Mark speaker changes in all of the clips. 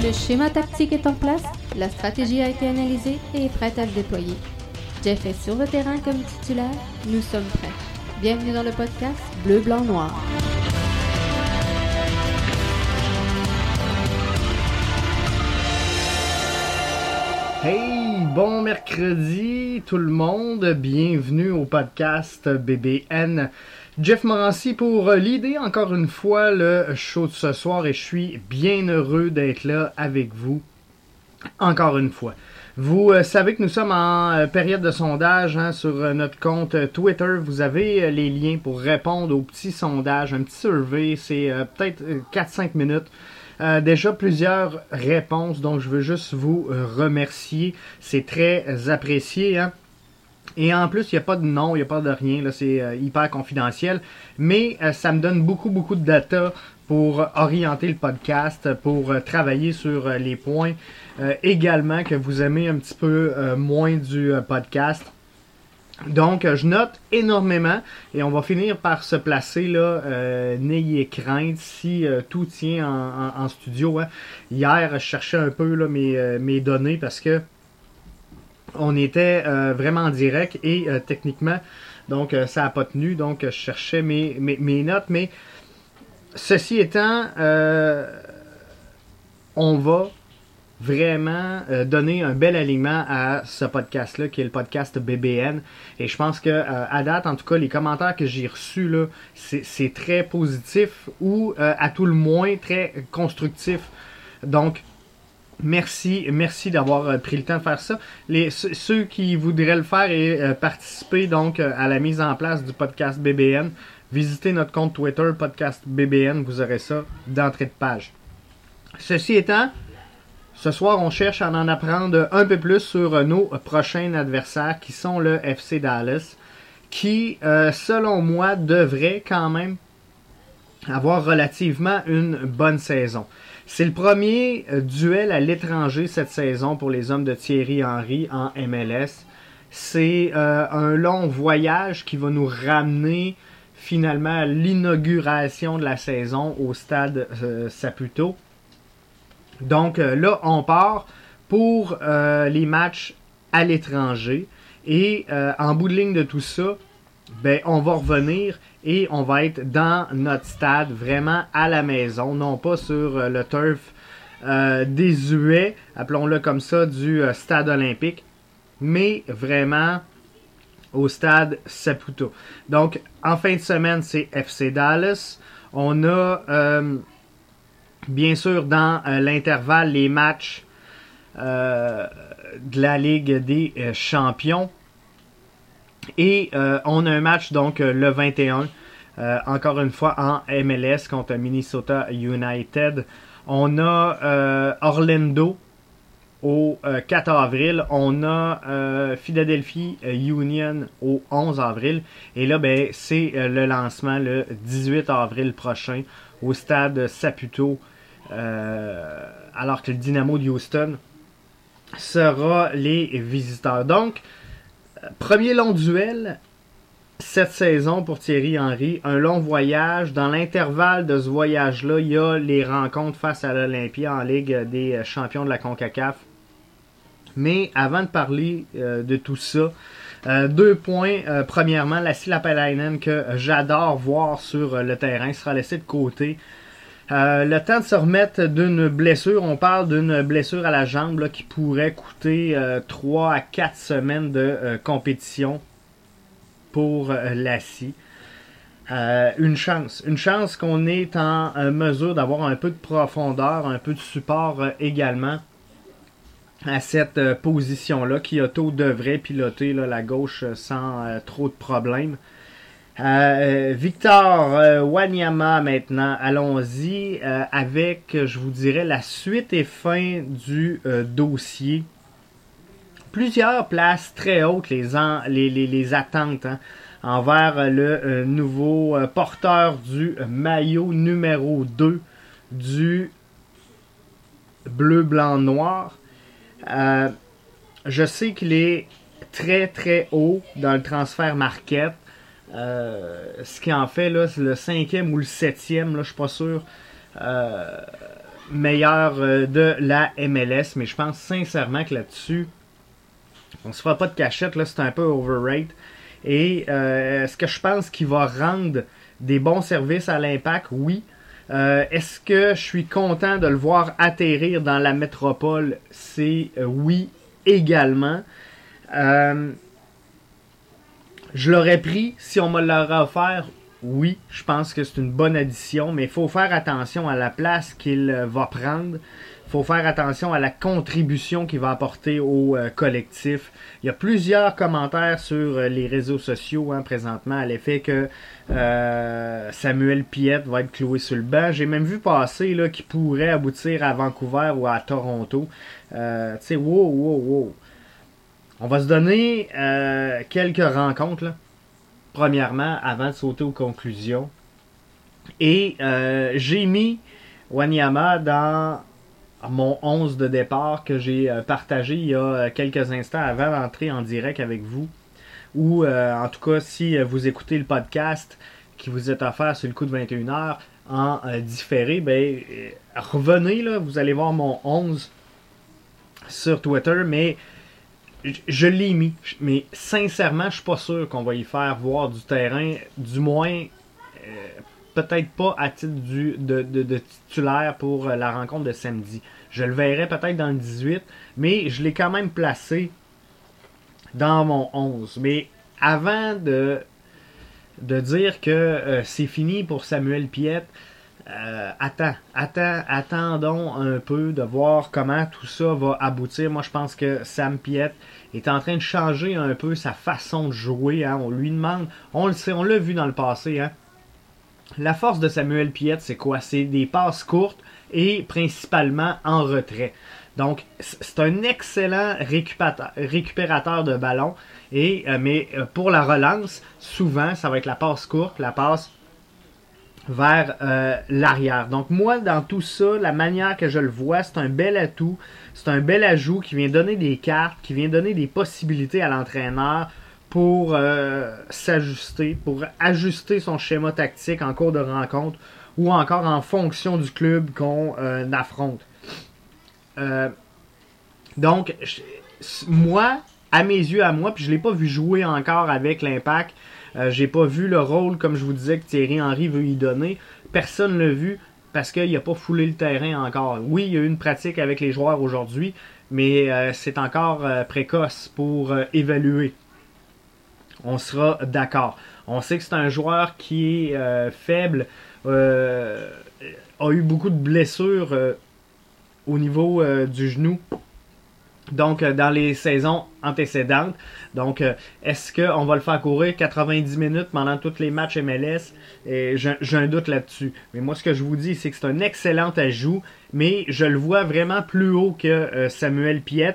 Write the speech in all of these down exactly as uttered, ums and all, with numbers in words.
Speaker 1: Le schéma tactique est en place, la stratégie a été analysée et est prête à se déployer. Jeff est sur le terrain comme titulaire, nous sommes prêts. Bienvenue dans le podcast Bleu, Blanc, Noir.
Speaker 2: Hey, bon mercredi tout le monde, bienvenue au podcast B B N. Jeff Morancy pour l'idée, encore une fois, le show de ce soir et je suis bien heureux d'être là avec vous, encore une fois. Vous euh, savez que nous sommes en euh, période de sondage hein, sur euh, notre compte euh, Twitter. Vous avez euh, les liens pour répondre au petit sondage, un petit survey, c'est euh, peut-être euh, quatre à cinq minutes. Euh, déjà plusieurs réponses, donc je veux juste vous euh, remercier. C'est très apprécié. Hein? Et en plus, il n'y a pas de nom, il n'y a pas de rien, là, c'est euh, hyper confidentiel. Mais euh, ça me donne beaucoup, beaucoup de data pour orienter le podcast, pour euh, travailler sur euh, les points euh, également que vous aimez un petit peu euh, moins du euh, podcast. Donc, je note énormément et on va finir par se placer là. Euh, n'ayez crainte si euh, tout tient en, en, en studio. Hein. Hier, je cherchais un peu là, mes, euh, mes données parce que on était euh, vraiment en direct et euh, techniquement, donc euh, ça n'a pas tenu. Donc, je cherchais mes, mes, mes notes. Mais ceci étant, euh, on va vraiment euh, donner un bel alignement à ce podcast-là, qui est le podcast B B N. Et je pense que euh, à date, en tout cas, les commentaires que j'ai reçus, là, c'est, c'est très positif ou euh, à tout le moins très constructif. Donc, merci, merci d'avoir euh, pris le temps de faire ça. Les, c- ceux qui voudraient le faire et euh, participer donc euh, à la mise en place du podcast B B N, visitez notre compte Twitter, podcast B B N, vous aurez ça d'entrée de page. Ceci étant, ce soir, on cherche à en apprendre un peu plus sur nos prochains adversaires qui sont le F C Dallas, qui, euh, selon moi, devrait quand même avoir relativement une bonne saison. C'est le premier euh, duel à l'étranger cette saison pour les hommes de Thierry Henry en M L S. C'est euh, un long voyage qui va nous ramener finalement à l'inauguration de la saison au stade euh, Saputo. Donc euh, là, on part pour euh, les matchs à l'étranger. Et euh, en bout de ligne de tout ça, ben, on va revenir et on va être dans notre stade, vraiment à la maison, non pas sur euh, le turf euh, désuet, appelons-le comme ça, du euh, stade olympique, mais vraiment au stade Saputo. Donc, en fin de semaine, c'est F C Dallas. On a... Euh, Bien sûr, dans euh, l'intervalle, les matchs euh, de la Ligue des euh, champions. Et euh, on a un match donc euh, le vingt et un, euh, encore une fois en M L S contre Minnesota United. On a euh, Orlando au euh, quatre avril. On a euh, Philadelphie Union au onze avril. Et là, ben, c'est euh, le lancement le dix-huit avril prochain au stade Saputo. Euh, alors que le Dynamo de Houston sera les visiteurs. Donc, premier long duel cette saison pour Thierry Henry. Un long voyage. Dans l'intervalle de ce voyage-là, il y a les rencontres face à l'Olympia en Ligue des champions de la CONCACAF. Mais avant de parler euh, de tout ça, euh, deux points. Euh, premièrement, Lassi Lappalainen, que j'adore voir sur euh, le terrain, sera laissé de côté. Euh, le temps de se remettre d'une blessure, on parle d'une blessure à la jambe là, qui pourrait coûter euh, trois à quatre semaines de euh, compétition pour euh, Lassi. Euh, une chance. Une chance qu'on est en euh, mesure d'avoir un peu de profondeur, un peu de support euh, également à cette euh, position-là. Kyoto devrait piloter là, la gauche euh, sans euh, trop de problèmes. Euh, Victor euh, Wanyama maintenant, allons-y euh, avec, je vous dirais, la suite et fin du euh, dossier. Plusieurs places très hautes, les, en, les, les, les attentes hein, envers le euh, nouveau euh, porteur du euh, maillot numéro deux du bleu, blanc, noir. Euh, je sais qu'il est très très haut dans le transfert market. Euh, ce qui en fait là, c'est le cinquième ou le septième, là, je suis pas sûr. Euh, meilleurs euh, de la M L S, mais je pense sincèrement que là-dessus, on se fera pas de cachette, là, c'est un peu overrated. Et euh, est-ce que je pense qu'il va rendre des bons services à l'Impact? Oui. Euh, est-ce que je suis content de le voir atterrir dans la métropole? C'est euh, oui également. Euh, je l'aurais pris si on me l'aurait offert. Oui, je pense que c'est une bonne addition, mais il faut faire attention à la place qu'il va prendre. Il faut faire attention à la contribution qu'il va apporter au euh, collectif. Il y a plusieurs commentaires sur euh, les réseaux sociaux hein, présentement à l'effet que euh, Samuel Piette va être cloué sur le banc. J'ai même vu passer là, qu'il pourrait aboutir à Vancouver ou à Toronto. Euh, tu sais, wow, wow, wow. On va se donner euh, quelques rencontres, là. Premièrement, avant de sauter aux conclusions. Et euh, j'ai mis Wanyama dans mon onze de départ que j'ai euh, partagé il y a quelques instants avant d'entrer en direct avec vous. Ou euh, en tout cas, si vous écoutez le podcast qui vous est offert sur le coup de vingt et une heures en euh, différé, ben euh, revenez là, vous allez voir mon onze sur Twitter, mais je, je l'ai mis. Mais sincèrement, je suis pas sûr qu'on va y faire voir du terrain, du moins euh, peut-être pas à titre du, de, de, de titulaire pour la rencontre de samedi. Je le verrai peut-être dans le dix-huit, mais je l'ai quand même placé dans mon onze. Mais avant de, de dire que euh, c'est fini pour Samuel Piette, euh, attends, attends, attendons un peu de voir comment tout ça va aboutir. Moi, je pense que Sam Piette est en train de changer un peu sa façon de jouer. Hein. On lui demande, on le sait, on l'a vu dans le passé, hein. La force de Samuel Piette, c'est quoi? C'est des passes courtes et principalement en retrait. Donc, c'est un excellent récupérateur, récupérateur de ballon. Et, euh, mais euh, pour la relance, souvent, ça va être la passe courte, la passe vers euh, l'arrière. Donc, moi, dans tout ça, la manière que je le vois, c'est un bel atout. C'est un bel ajout qui vient donner des cartes, qui vient donner des possibilités à l'entraîneur pour euh, s'ajuster, pour ajuster son schéma tactique en cours de rencontre ou encore en fonction du club qu'on euh, affronte. Euh, donc, je, moi, à mes yeux, à moi, puis je ne l'ai pas vu jouer encore avec l'Impact, euh, j'ai pas vu le rôle, comme je vous disais, que Thierry Henry veut y donner. Personne ne l'a vu parce qu'il n'a pas foulé le terrain encore. Oui, il y a eu une pratique avec les joueurs aujourd'hui, mais euh, c'est encore euh, précoce pour euh, évaluer. On sera d'accord. On sait que c'est un joueur qui est euh, faible, euh, a eu beaucoup de blessures euh, au niveau euh, du genou. Donc, euh, dans les saisons antécédentes. Donc, euh, est-ce qu'on va le faire courir quatre-vingt-dix minutes pendant tous les matchs M L S? Et j'ai, j'ai un doute là-dessus. Mais moi, ce que je vous dis, c'est que c'est un excellent ajout. Mais je le vois vraiment plus haut que euh, Samuel Piette.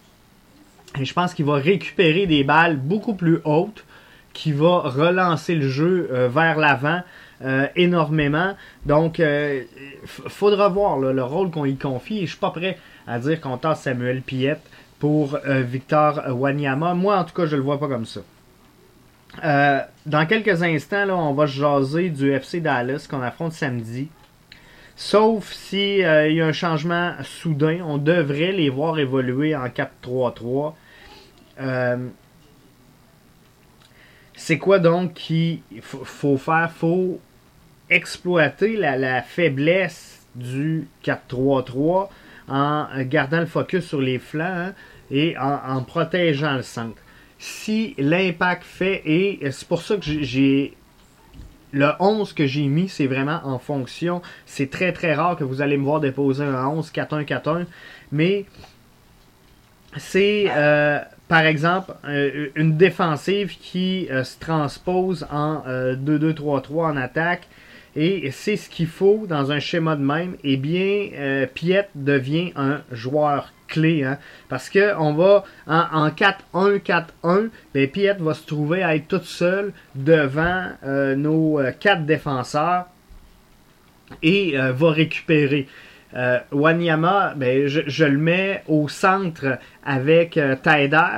Speaker 2: Et je pense qu'il va récupérer des balles beaucoup plus hautes, qui va relancer le jeu euh, vers l'avant euh, énormément. Donc, il euh, f- faudra voir là, le rôle qu'on y confie. Et je suis pas prêt à dire qu'on tasse Samuel Piette pour euh, Victor Wanyama. Moi, en tout cas, je le vois pas comme ça. Euh, dans quelques instants, là, on va jaser du F C Dallas qu'on affronte samedi. Sauf si euh, il y a un changement soudain, on devrait les voir évoluer en quatre trois trois. Euh, c'est quoi donc qu'il faut, faut faire? Il faut exploiter la, la faiblesse du quatre trois trois en gardant le focus sur les flancs hein, et en, en protégeant le centre. Si l'Impact fait, et c'est pour ça que j'ai, j'ai le onze que j'ai mis, c'est vraiment en fonction. C'est très très rare que vous allez me voir déposer un onze quatre un quatre un, mais c'est euh, par exemple euh, une défensive qui euh, se transpose en euh, deux deux trois trois en attaque. Et c'est ce qu'il faut dans un schéma de même. Eh bien, euh, Piette devient un joueur clé. Hein, parce qu'on va en, en quatre un quatre un, ben, Piette va se trouver à être toute seule devant euh, nos euh, quatre défenseurs et euh, va récupérer. Euh, Wanyama, ben, je, je le mets au centre avec euh, Taider.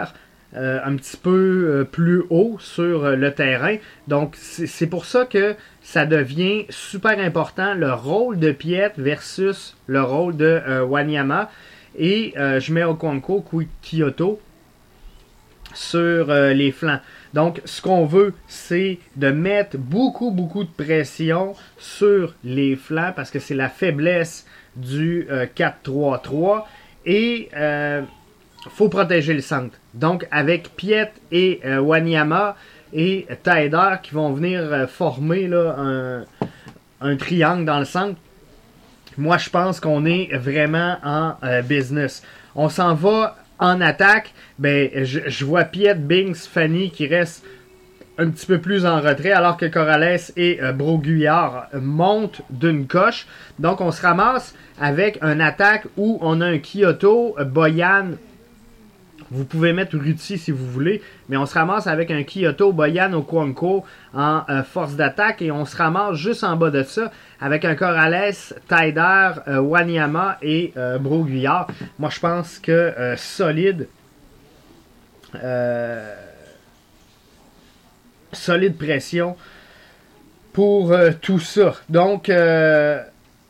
Speaker 2: euh, un petit peu euh, plus haut sur euh, le terrain. Donc, c'est, c'est pour ça que ça devient super important, le rôle de Piet versus le rôle de euh, Wanyama. Et euh, je mets Okonkwo, Kyoto sur euh, les flancs. Donc, ce qu'on veut, c'est de mettre beaucoup, beaucoup de pression sur les flancs parce que c'est la faiblesse du euh, quatre trois trois. Et il euh, faut protéger le centre. Donc, avec Piet et euh, Wanyama et Taider qui vont venir euh, former là, un, un triangle dans le centre, moi, je pense qu'on est vraiment en euh, business. On s'en va en attaque. Ben, je, je vois Piet, Binks, Fanny qui reste un petit peu plus en retrait, alors que Corrales et euh, Broguillard montent d'une coche. Donc, on se ramasse avec une attaque où on a un Kyoto, Boyan. Vous pouvez mettre Ruti si vous voulez, mais on se ramasse avec un Kyoto, Boyan, Okonkwo en euh, force d'attaque et on se ramasse juste en bas de ça avec un Corrales, Taider, euh, Wanyama et euh, Broguillard. Moi, je pense que euh, solide, euh, solide pression pour euh, tout ça. Donc, euh,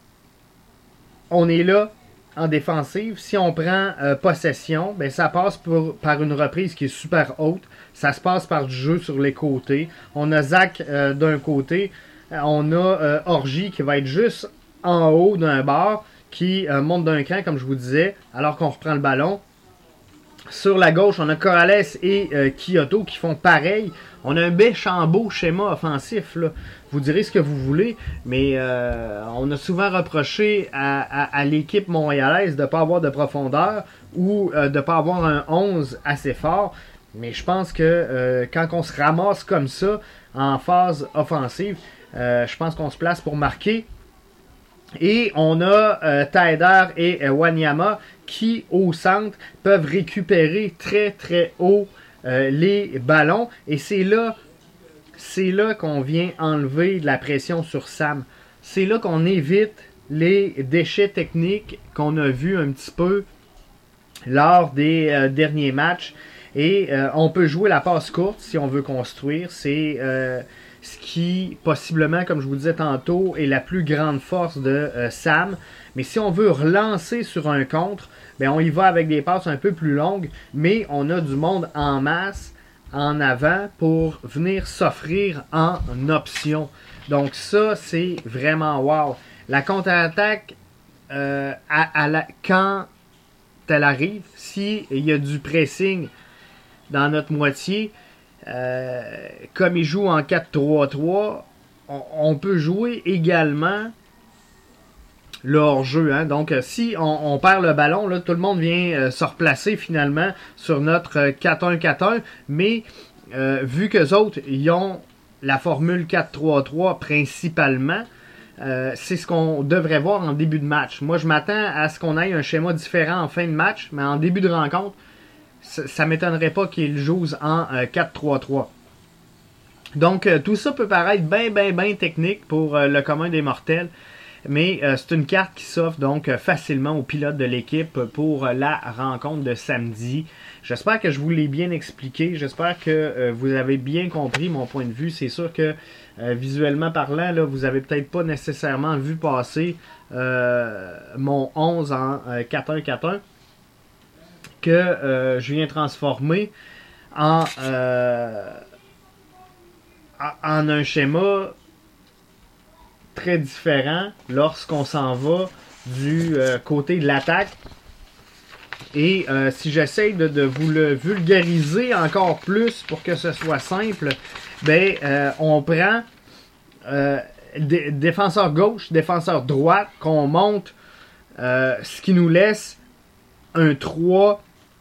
Speaker 2: on est là en défensive. Si on prend euh, possession, ben, ça passe pour, par une reprise qui est super haute. Ça se passe par du jeu sur les côtés. On a Zach euh, d'un côté. On a euh, Orji qui va être juste en haut d'un bar, qui euh, monte d'un cran, comme je vous disais, alors qu'on reprend le ballon. Sur la gauche, on a Corrales et euh, Kyoto qui font pareil. On a un méchant beau schéma offensif, là. Vous direz ce que vous voulez, mais euh, on a souvent reproché à, à, à l'équipe montréalaise de ne pas avoir de profondeur ou euh, de ne pas avoir un onze assez fort. Mais je pense que euh, quand on se ramasse comme ça en phase offensive, euh, je pense qu'on se place pour marquer. Et on a euh, Taider et euh, Wanyama qui, au centre, peuvent récupérer très très haut euh, les ballons. Et c'est là, c'est là qu'on vient enlever de la pression sur Sam. C'est là qu'on évite les déchets techniques qu'on a vus un petit peu lors des euh, derniers matchs. Et euh, on peut jouer la passe courte si on veut construire. C'est euh, ce qui, possiblement, comme je vous disais tantôt, est la plus grande force de euh, Sam. Mais si on veut relancer sur un contre, ben on y va avec des passes un peu plus longues, mais on a du monde en masse en avant pour venir s'offrir en option. Donc ça, c'est vraiment wow. La contre-attaque, euh, à, à la, quand elle arrive, s'il y a du pressing dans notre moitié, euh, comme il joue en quatre trois trois, on, on peut jouer également le hors-jeu. Hein? Donc, si on, on perd le ballon, là, tout le monde vient euh, se replacer finalement sur notre quatre un quatre un. Mais euh, vu qu'eux autres, ils ont la formule quatre trois trois principalement, euh, c'est ce qu'on devrait voir en début de match. Moi, je m'attends à ce qu'on ait un schéma différent en fin de match, mais en début de rencontre, ça ne m'étonnerait pas qu'ils jouent en euh, quatre trois trois. Donc, euh, tout ça peut paraître bien, bien, bien technique pour euh, le commun des mortels. Mais euh, c'est une carte qui s'offre donc euh, facilement aux pilotes de l'équipe pour euh, la rencontre de samedi. J'espère que je vous l'ai bien expliqué. J'espère que euh, vous avez bien compris mon point de vue. C'est sûr que euh, visuellement parlant, là, vous n'avez peut-être pas nécessairement vu passer euh, mon onze en euh, quatre un quatre un que euh, je viens transformer en, euh, en un schéma très différent lorsqu'on s'en va du euh, côté de l'attaque. Et euh, si j'essaye de, de vous le vulgariser encore plus pour que ce soit simple, ben euh, on prend euh, d- défenseur gauche, défenseur droite, qu'on monte, euh, ce qui nous laisse un trois,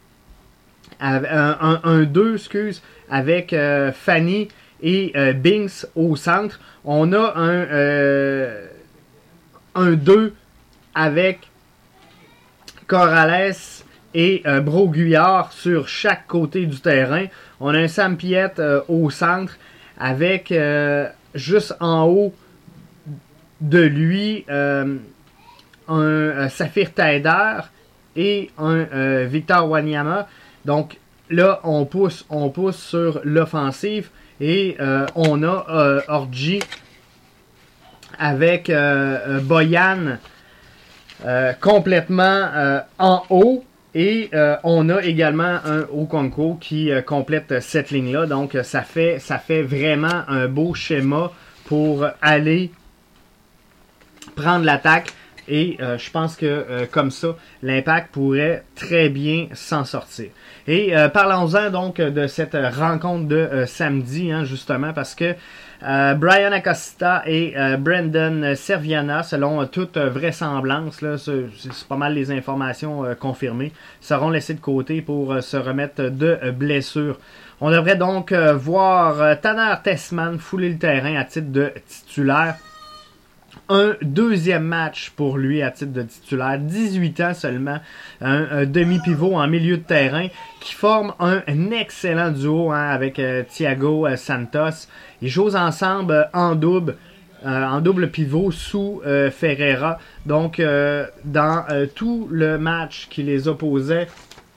Speaker 2: un, un deux, excuse, avec euh, Fanny et euh, Binks au centre. On a un, euh, un deux avec Corrales et euh, Broguillard sur chaque côté du terrain. On a un Sam Piet euh, au centre avec euh, juste en haut de lui euh, un euh, Saphir Taider et un euh, Victor Wanyama. Donc là, on pousse, on pousse sur l'offensive et euh, on a euh, Orji avec euh, euh, Boyan euh, complètement euh, en haut. Et euh, on a également un Okonkwo qui euh, complète cette ligne-là. Donc, ça fait, ça fait vraiment un beau schéma pour aller prendre l'attaque. Et euh, je pense que euh, comme ça, l'Impact pourrait très bien s'en sortir. Et euh, parlons-en donc de cette rencontre de euh, samedi, hein, justement, parce que euh, Brian Acosta et euh, Brendan Serviana, selon euh, toute vraisemblance, là, c'est, c'est pas mal les informations euh, confirmées, seront laissés de côté pour euh, se remettre de euh, blessures. On devrait donc euh, voir euh, Tanner Tessman fouler le terrain à titre de titulaire. Un deuxième match pour lui à titre de titulaire, dix-huit ans seulement, un, un demi-pivot en milieu de terrain qui forme un, un excellent duo hein, avec euh, Thiago euh, Santos. Ils jouent ensemble euh, en double, euh, en double pivot sous euh, Ferreira. Donc euh, dans euh, tout le match qui les opposait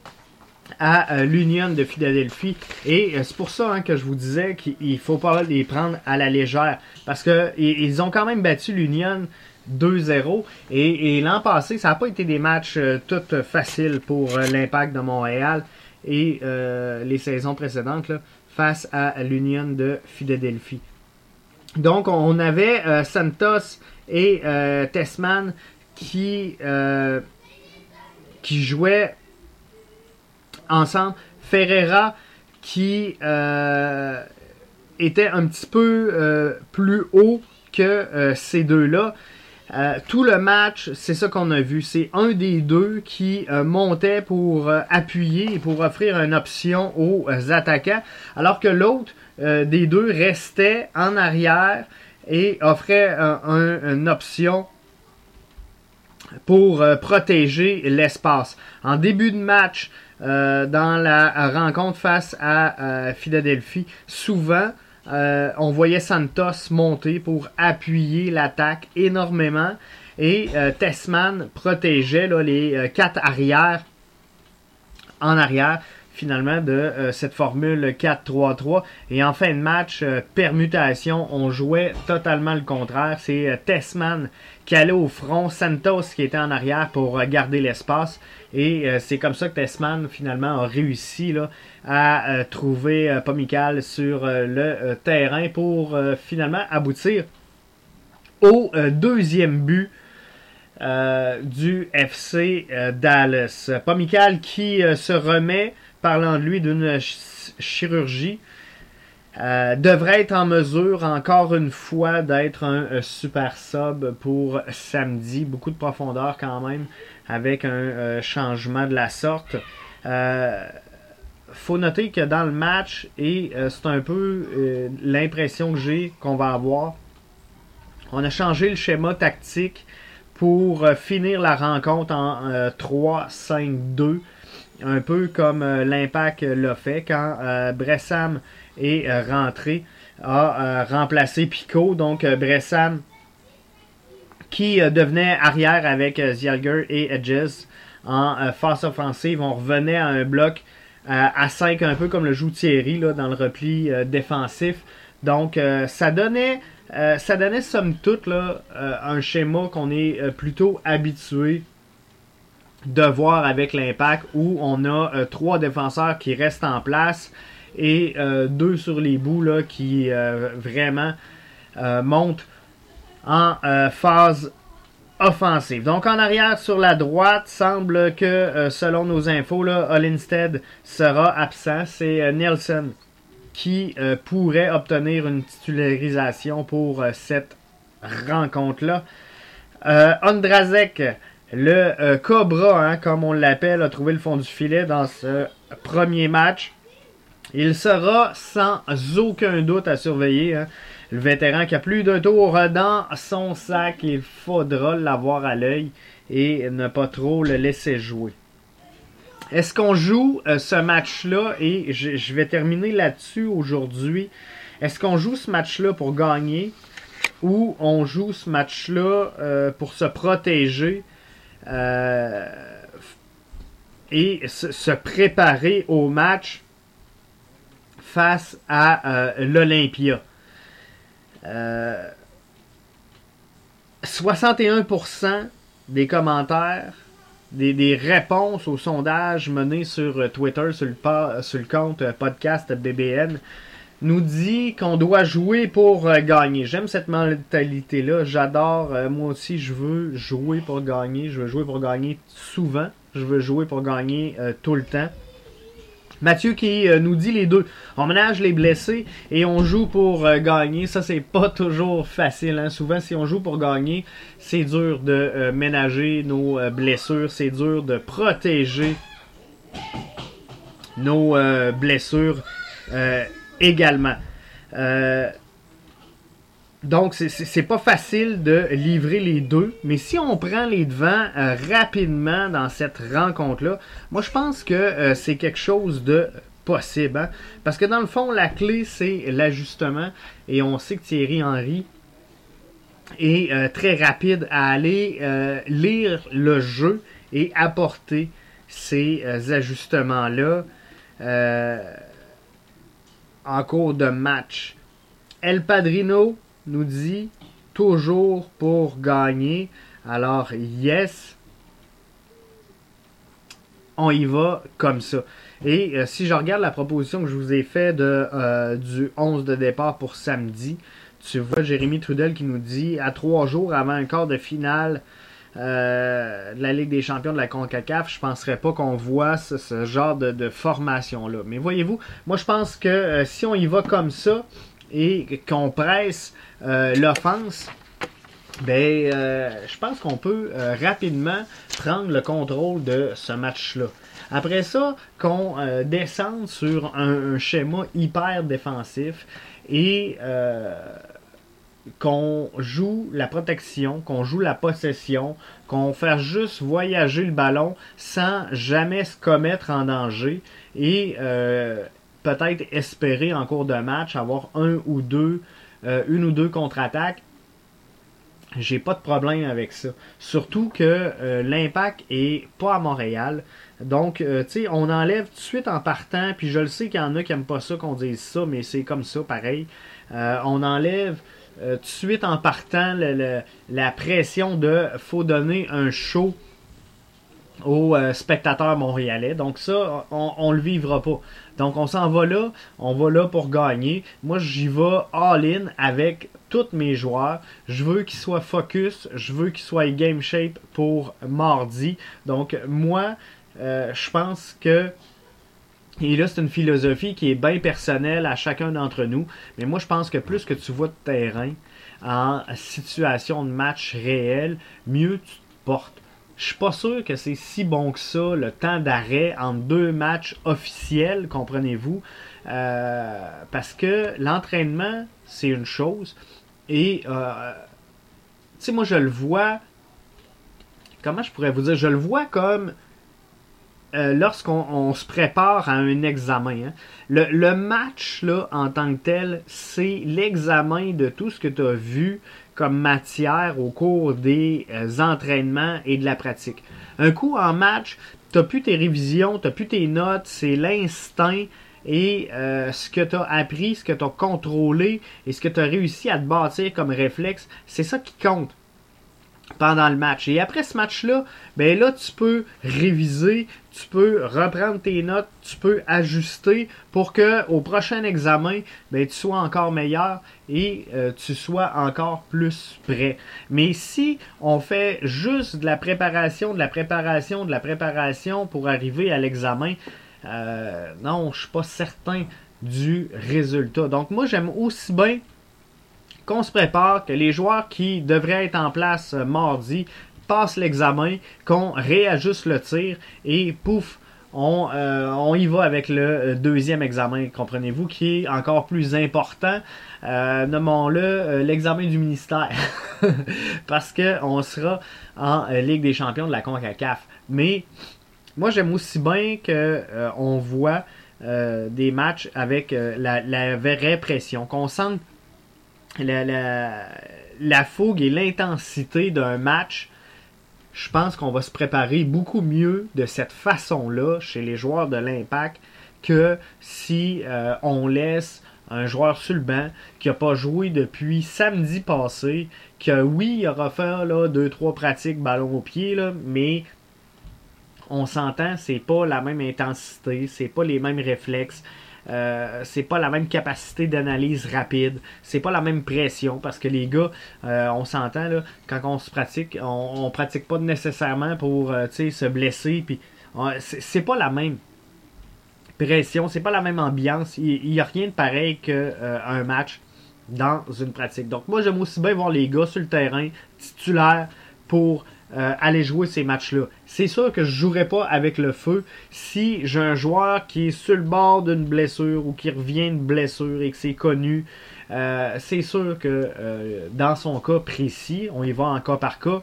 Speaker 2: à euh, l'Union de Philadelphie. Et euh, c'est pour ça hein, que je vous disais qu'il ne faut pas les prendre à la légère. Parce que et, ils ont quand même battu l'Union deux zéro. Et, et l'an passé, ça n'a pas été des matchs euh, tout faciles pour euh, l'Impact de Montréal et euh, les saisons précédentes là, face à l'Union de Philadelphie. Donc, on avait euh, Santos et euh, Tessman qui, euh, qui jouaient ensemble. Ferreira qui euh, était un petit peu euh, plus haut que euh, ces deux-là. Euh, tout le match, c'est ça qu'on a vu. C'est un des deux qui euh, montait pour euh, appuyer et pour offrir une option aux euh, attaquants, alors que l'autre euh, des deux restait en arrière et offrait euh, un, une option pour euh, protéger l'espace. En début de match, Euh, dans la rencontre face à euh, Philadelphie, souvent euh, on voyait Santos monter pour appuyer l'attaque énormément et euh, Tessman protégeait là, les euh, quatre arrières en arrière finalement de euh, cette formule quatre trois trois et en fin de match, euh, permutation, on jouait totalement le contraire. C'est euh, Tessman qui allait au front, Santos qui était en arrière pour euh, garder l'espace. Et euh, c'est comme ça que Tessman finalement a réussi là, à euh, trouver euh, Pomical sur euh, le euh, terrain pour euh, finalement aboutir au euh, deuxième but euh, du F C euh, Dallas. Pomical qui euh, se remet, parlant de lui, d'une ch- chirurgie. Euh, devrait être en mesure, encore une fois, d'être un, un super sub pour samedi. Beaucoup de profondeur quand même, avec un euh, changement de la sorte. Euh, faut noter que dans le match, et euh, c'est un peu euh, l'impression que j'ai qu'on va avoir, on a changé le schéma tactique pour euh, finir la rencontre en euh, trois cinq deux. Un peu comme euh, l'Impact l'a fait quand euh, Bressam est euh, rentré, a euh, remplacé Pico. Donc euh, Bressam qui euh, devenait arrière avec euh, Zielger et Edges en euh, face offensive. On revenait à un bloc euh, à cinq, un peu comme le joue Thierry là, dans le repli euh, défensif. Donc euh, ça donnait euh, ça donnait somme toute là, euh, un schéma qu'on est euh, plutôt habitué de voir avec l'Impact, où on a euh, trois défenseurs qui restent en place et euh, deux sur les bouts là, qui euh, vraiment euh, montent en euh, phase offensive. Donc en arrière sur la droite, semble que euh, selon nos infos, là, Olinstead sera absent. C'est euh, Nielsen qui euh, pourrait obtenir une titularisation pour euh, cette rencontre-là. Euh, Ondrazek, le euh, Cobra, hein, comme on l'appelle, a trouvé le fond du filet dans ce premier match. Il sera sans aucun doute à surveiller. Hein. Le vétéran qui a plus d'un tour dans son sac, il faudra l'avoir à l'œil et ne pas trop le laisser jouer. Est-ce qu'on joue euh, ce match-là, et je, je vais terminer là-dessus aujourd'hui, est-ce qu'on joue ce match-là pour gagner ou on joue ce match-là euh, pour se protéger? Euh, et se, se préparer au match face à euh, l'Olympia. Euh, soixante et un pour cent des commentaires, des, des réponses au sondage mené sur Twitter, sur le, sur le compte podcast B B N, nous dit qu'on doit jouer pour euh, gagner. J'aime cette mentalité-là. J'adore. Euh, moi aussi, je veux jouer pour gagner. Je veux jouer pour gagner souvent. Je veux jouer pour gagner euh, tout le temps. Mathieu qui euh, nous dit les deux. On ménage les blessés et on joue pour euh, gagner. Ça, c'est pas toujours facile. Hein? Souvent, si on joue pour gagner, c'est dur de euh, ménager nos euh, blessures. C'est dur de protéger nos euh, blessures euh, également. Euh, donc, c'est, c'est, c'est pas facile de livrer les deux. Mais si on prend les devants euh, rapidement dans cette rencontre-là, moi, je pense que euh, c'est quelque chose de possible. Hein? Parce que dans le fond, la clé, c'est l'ajustement. Et on sait que Thierry Henry est euh, très rapide à aller euh, lire le jeu et apporter ces euh, ajustements-là euh, en cours de match. El Padrino nous dit toujours pour gagner. Alors, yes, on y va comme ça. Et euh, si je regarde la proposition que je vous ai faite de, euh, du onze de départ pour samedi, tu vois Jérémy Trudel qui nous dit à trois jours avant un quart de finale euh, de la Ligue des champions de la CONCACAF, je ne penserais pas qu'on voit ce, ce genre de, de formation-là. Mais voyez-vous, moi je pense que euh, si on y va comme ça et qu'on presse euh, l'offense, ben, euh, je pense qu'on peut euh, rapidement prendre le contrôle de ce match-là. Après ça, qu'on euh, descende sur un, un schéma hyper défensif et euh, qu'on joue la protection, qu'on joue la possession, qu'on fasse juste voyager le ballon sans jamais se commettre en danger et euh, peut-être espérer en cours de match avoir un ou deux, euh, une ou deux contre-attaques. J'ai pas de problème avec ça. Surtout que euh, l'Impact est pas à Montréal. Donc, euh, tu sais, on enlève tout de suite en partant. Puis je le sais qu'il y en a qui n'aiment pas ça qu'on dise ça, mais c'est comme ça, pareil. Euh, on enlève euh, tout de suite en partant le, le, la pression de faut donner un show aux euh, spectateurs montréalais. Donc ça, on, on le vivra pas. Donc on s'en va là, on va là pour gagner. Moi, j'y vais all-in avec tous mes joueurs. Je veux qu'ils soient focus, je veux qu'ils soient game shape pour mardi. Donc moi, euh, je pense que, et là c'est une philosophie qui est bien personnelle à chacun d'entre nous, mais moi je pense que plus que tu vois de terrain en situation de match réel, mieux tu te portes. Je suis pas sûr que c'est si bon que ça, le temps d'arrêt entre deux matchs officiels, comprenez-vous, euh, parce que l'entraînement, c'est une chose, et, euh, tu sais, moi, je le vois, comment je pourrais vous dire, je le vois comme euh, lorsqu'on on se prépare à un examen. Hein. Le, le match, là, en tant que tel, c'est l'examen de tout ce que tu as vu comme matière au cours des euh, entraînements et de la pratique. Un coup en match, tu n'as plus tes révisions, tu n'as plus tes notes, c'est l'instinct et euh, ce que tu as appris, ce que tu as contrôlé et ce que tu as réussi à te bâtir comme réflexe, c'est ça qui compte pendant le match. Et après ce match-là, ben là, tu peux réviser, tu peux reprendre tes notes, tu peux ajuster pour que au prochain examen, ben, tu sois encore meilleur et euh, tu sois encore plus prêt. Mais si on fait juste de la préparation, de la préparation, de la préparation pour arriver à l'examen, euh, non, je suis pas certain du résultat. Donc moi, j'aime aussi bien qu'on se prépare, que les joueurs qui devraient être en place euh, mardi passent l'examen, qu'on réajuste le tir et pouf, on, euh, on y va avec le deuxième examen, comprenez-vous, qui est encore plus important, euh, nommons-le euh, l'examen du ministère, parce qu'on sera en euh, Ligue des champions de la CONCACAF. Mais moi, j'aime aussi bien qu'on euh, voit euh, des matchs avec euh, la, la vraie pression, qu'on sente La, la, la fougue et l'intensité d'un match. je pense qu'on va se préparer beaucoup mieux de cette façon-là chez les joueurs de l'Impact que si euh, on laisse un joueur sur le banc qui n'a pas joué depuis samedi passé, que oui, il aura fait là, deux trois pratiques ballon au pied, là, mais on s'entend, c'est pas la même intensité, c'est pas les mêmes réflexes. Euh, c'est pas la même capacité d'analyse rapide, c'est pas la même pression parce que les gars, euh, on s'entend là, quand on se pratique, on, on pratique pas nécessairement pour euh, se blesser, puis c'est, c'est pas la même pression, c'est pas la même ambiance, il n'y a rien de pareil qu'un euh, match dans une pratique. Donc moi j'aime aussi bien voir les gars sur le terrain titulaires pour Euh, aller jouer ces matchs-là. C'est sûr que je ne jouerai pas avec le feu si j'ai un joueur qui est sur le bord d'une blessure ou qui revient d'une blessure et que c'est connu. Euh, c'est sûr que euh, dans son cas précis, on y va en cas par cas,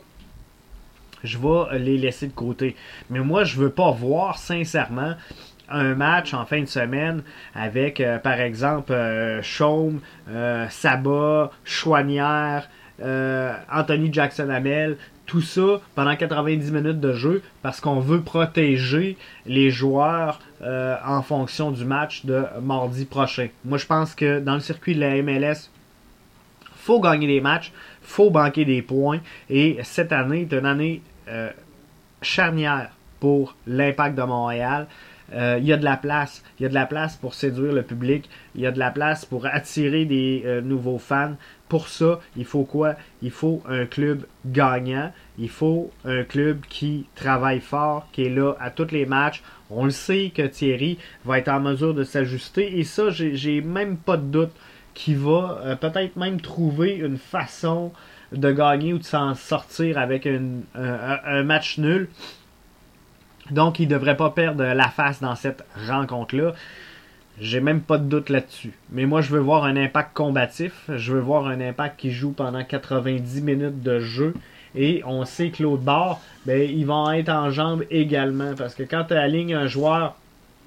Speaker 2: je vais les laisser de côté. Mais moi, je veux pas voir sincèrement un match en fin de semaine avec, euh, par exemple, euh, Chaume, euh, Saba, Chouanière, euh, Anthony Jackson-Hamel, tout ça pendant quatre-vingt-dix minutes de jeu parce qu'on veut protéger les joueurs euh, en fonction du match de mardi prochain. Moi, je pense que dans le circuit de la M L S, faut gagner des matchs, faut banquer des points et cette année est une année euh, charnière pour l'Impact de Montréal. Il euh, y a de la place. Il y a de la place pour séduire le public. Il y a de la place pour attirer des euh, nouveaux fans. Pour ça, il faut quoi? Il faut un club gagnant. Il faut un club qui travaille fort, qui est là à tous les matchs. On le sait que Thierry va être en mesure de s'ajuster. Et ça, j'ai, j'ai même pas de doute qu'il va euh, peut-être même trouver une façon de gagner ou de s'en sortir avec une, un, un match nul. Donc, il ne devrait pas perdre la face dans cette rencontre-là. J'ai même pas de doute là-dessus. Mais moi, je veux voir un Impact combatif. Je veux voir un Impact qui joue pendant quatre-vingt-dix minutes de jeu. Et on sait que l'autre bord, ben, ils vont être en jambes également. Parce que quand tu alignes un joueur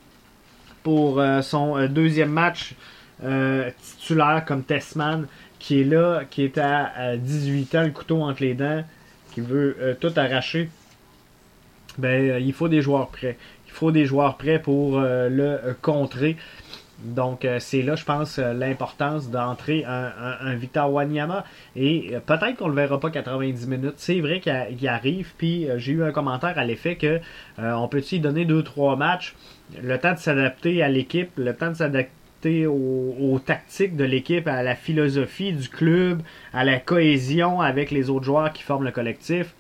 Speaker 2: pour euh, son euh, deuxième match euh, titulaire comme Tessman, qui est là, qui est à, à dix-huit ans, le couteau entre les dents, qui veut euh, tout arracher, ben, euh, il faut des joueurs prêts. Il faut des joueurs prêts pour euh, le euh, contrer. Donc, euh, c'est là, je pense, euh, l'importance d'entrer un, un, un Victor Wanyama. Et euh, peut-être qu'on ne le verra pas quatre-vingt-dix minutes. C'est vrai qu'il, qu'il arrive. Puis, euh, j'ai eu un commentaire à l'effet que euh, on peut y donner deux trois matchs. Le temps de s'adapter à l'équipe, le temps de s'adapter aux, aux tactiques de l'équipe, à la philosophie du club, à la cohésion avec les autres joueurs qui forment le collectif.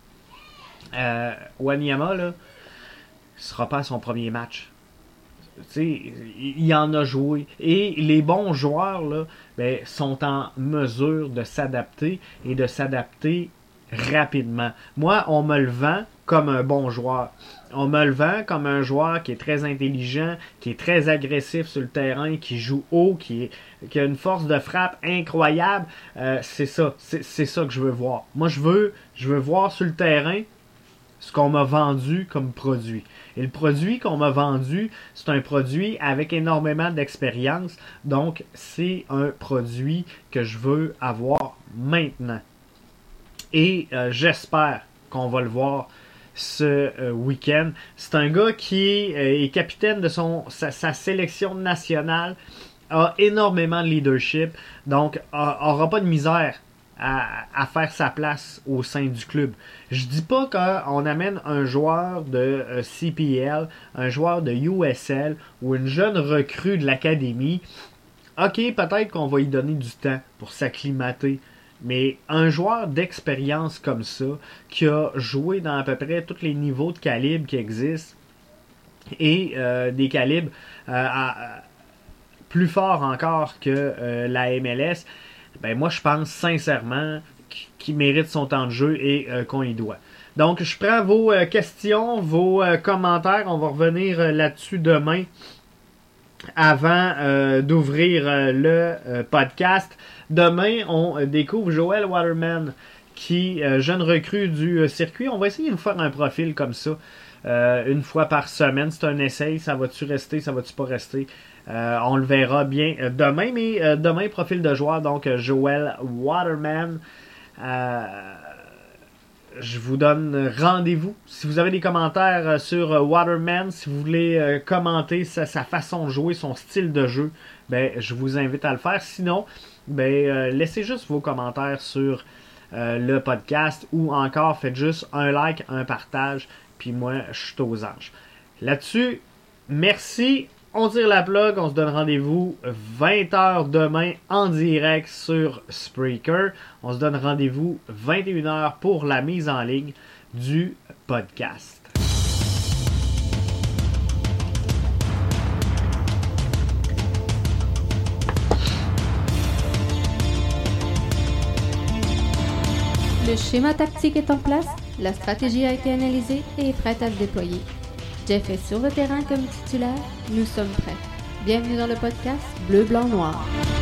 Speaker 2: Euh, Wanyama, là, ne sera pas à son premier match. T'sais, il en a joué. Et les bons joueurs là, ben, sont en mesure de s'adapter et de s'adapter rapidement. Moi, on me le vend comme un bon joueur. On me le vend comme un joueur qui est très intelligent, qui est très agressif sur le terrain, qui joue haut, qui, est, qui a une force de frappe incroyable. Euh, c'est ça. C'est, c'est ça que je veux voir. Moi, je veux, je veux voir sur le terrain ce qu'on m'a vendu comme produit. Et le produit qu'on m'a vendu, c'est un produit avec énormément d'expérience. Donc, c'est un produit que je veux avoir maintenant. Et euh, j'espère qu'on va le voir ce euh, week-end. C'est un gars qui euh, est capitaine de son, sa, sa sélection nationale, a énormément de leadership, donc n'aura pas de misère À, à faire sa place au sein du club. Je dis pas qu'on amène un joueur de euh, C P L, un joueur de U S L ou une jeune recrue de l'académie. Ok, peut-être qu'on va y donner du temps pour s'acclimater. Mais un joueur d'expérience comme ça, qui a joué dans à peu près tous les niveaux de calibre qui existent, et euh, des calibres euh, à, à, plus forts encore que euh, la M L S, ben moi je pense sincèrement qu'il mérite son temps de jeu et euh, qu'on y doit. Donc je prends vos euh, questions, vos euh, commentaires, on va revenir euh, là-dessus demain avant euh, d'ouvrir euh, le euh, podcast. Demain on euh, découvre Joel Waterman, qui euh, jeune recrue du euh, circuit. On va essayer de faire un profil comme ça euh, une fois par semaine. C'est un essai, ça va-tu rester, ça va-tu pas rester? Euh, on le verra bien euh, demain, mais euh, demain, profil de joueur, donc euh, Joel Waterman. Euh, je vous donne rendez-vous. Si vous avez des commentaires sur Waterman, si vous voulez euh, commenter sa, sa façon de jouer, son style de jeu, ben, je vous invite à le faire. Sinon, ben, euh, laissez juste vos commentaires sur euh, le podcast ou encore faites juste un like, un partage, puis moi, je suis aux anges. Là-dessus, merci. On tire la plug, on se donne rendez-vous vingt heures demain en direct sur Spreaker. On se donne rendez-vous vingt et une heures pour la mise en ligne du podcast.
Speaker 1: Le schéma tactique est en place, la stratégie a été analysée et est prête à le déployer. Jeff est sur le terrain comme titulaire, nous sommes prêts. Bienvenue dans le podcast Bleu, Blanc, Noir.